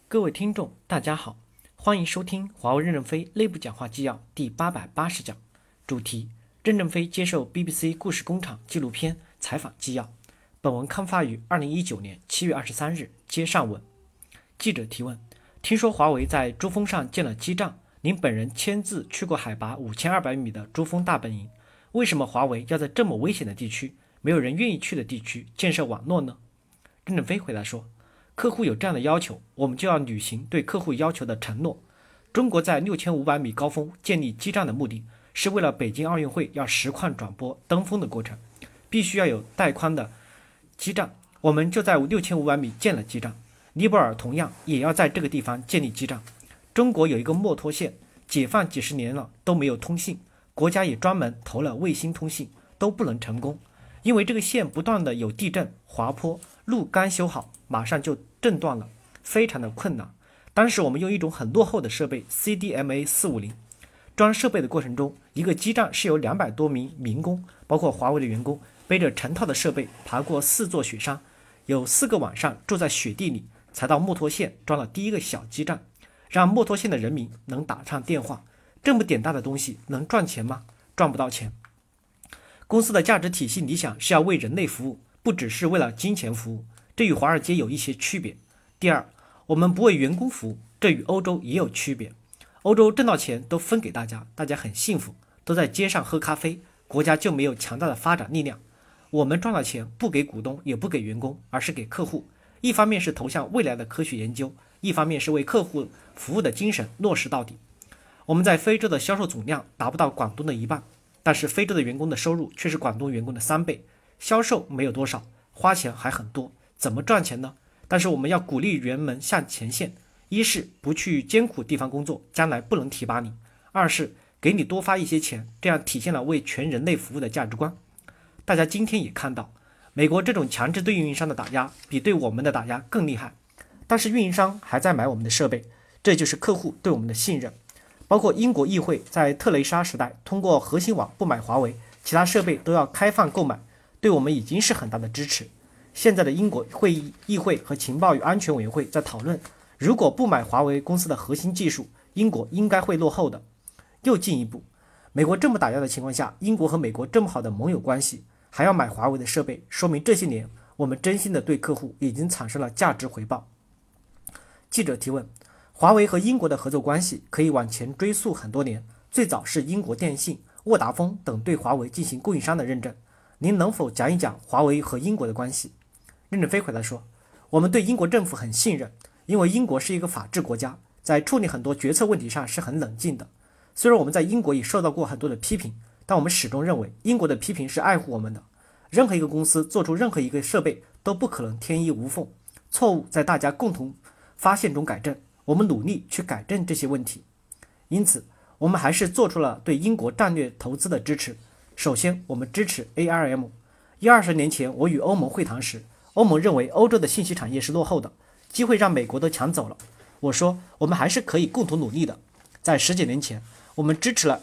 各位听众，大家好，欢迎收听华为任正非内部讲话纪要第880讲，主题：任正非接受 BBC 故事工厂纪录片采访纪要。本文刊发于2019年7月23日，接上文。记者提问：听说华为在珠峰上建了基站，您本人亲自去过海拔5200米的珠峰大本营，为什么华为要在这么危险的地区、没有人愿意去的地区建设网络呢？任正非回答说：客户有这样的要求，我们就要履行对客户要求的承诺。中国在6500米高峰建立基站的目的，是为了北京奥运会要实况转播登峰的过程，必须要有带宽的基站，我们就在6500米建了基站。尼泊尔同样也要在这个地方建立基站。中国有一个墨脱县，解放几十年了都没有通信，国家也专门投了卫星通信，都不能成功，因为这个县不断的有地震、滑坡，路刚修好马上就震断了，非常的困难。当时我们用一种很落后的设备 CDMA 450装设备的过程中，一个基站是由200多名民工，包括华为的员工，背着成套的设备爬过4座雪山，有4个晚上住在雪地里，才到墨脱县装了第一个小基站，让墨脱县的人民能打上电话。这么点大的东西能赚钱吗？赚不到钱。公司的价值体系理想是要为人类服务，不只是为了金钱服务，这与华尔街有一些区别。第二，我们不为员工服务，这与欧洲也有区别。欧洲挣到钱都分给大家，大家很幸福，都在街上喝咖啡，国家就没有强大的发展力量。我们赚了钱不给股东也不给员工，而是给客户，一方面是投向未来的科学研究，一方面是为客户服务的精神落实到底。我们在非洲的销售总量达不到广东的1半，但是非洲的员工的收入却是广东员工的3倍，销售没有多少，花钱还很多，怎么赚钱呢？但是我们要鼓励员们下前线，一是不去艰苦地方工作，将来不能提拔你；二是给你多发一些钱，这样体现了为全人类服务的价值观。大家今天也看到，美国这种强制对运营商的打压比对我们的打压更厉害，但是运营商还在买我们的设备，这就是客户对我们的信任。包括英国议会在特蕾莎时代通过核心网不买华为，其他设备都要开放购买，对我们已经是很大的支持。现在的英国议会和情报与安全委员会在讨论，如果不买华为公司的核心技术，英国应该会落后的。又进一步，美国这么打压的情况下，英国和美国这么好的盟友关系，还要买华为的设备，说明这些年我们真心的对客户已经产生了价值回报。记者提问：华为和英国的合作关系可以往前追溯很多年，最早是英国电信、沃达丰等对华为进行供应商的认证，您能否讲一讲华为和英国的关系？任正非回答说：我们对英国政府很信任，因为英国是一个法治国家，在处理很多决策问题上是很冷静的。虽然我们在英国也受到过很多的批评，但我们始终认为英国的批评是爱护我们的。任何一个公司做出任何一个设备都不可能天衣无缝，错误在大家共同发现中改正，我们努力去改正这些问题。因此我们还是做出了对英国战略投资的支持。首先，我们支持 ARM。 20年前我与欧盟会谈时，欧盟认为欧洲的信息产业是落后的，机会让美国都抢走了。我说我们还是可以共同努力的。在10几年前，我们支持了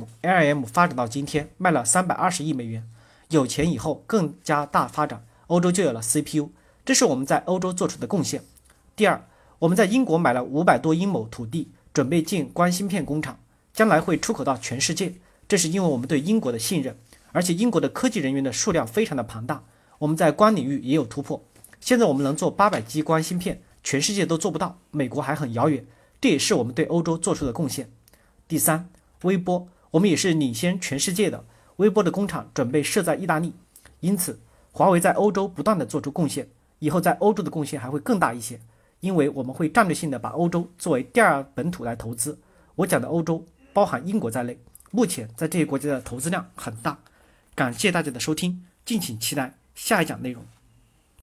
ARM 发展到今天卖了320亿美元，有钱以后更加大发展，欧洲就有了 CPU， 这是我们在欧洲做出的贡献。第二，我们在英国买了500多英亩土地，准备建光芯片工厂，将来会出口到全世界，这是因为我们对英国的信任，而且英国的科技人员的数量非常的庞大，我们在光领域也有突破。现在我们能做800G 光芯片，全世界都做不到，美国还很遥远，这也是我们对欧洲做出的贡献。第三，微波，我们也是领先全世界的，微波的工厂准备设在意大利，因此华为在欧洲不断的做出贡献，以后在欧洲的贡献还会更大一些，因为我们会战略性的把欧洲作为第二本土来投资。我讲的欧洲包含英国在内，目前在这些国家的投资量很大。感谢大家的收听，敬请期待下一讲内容。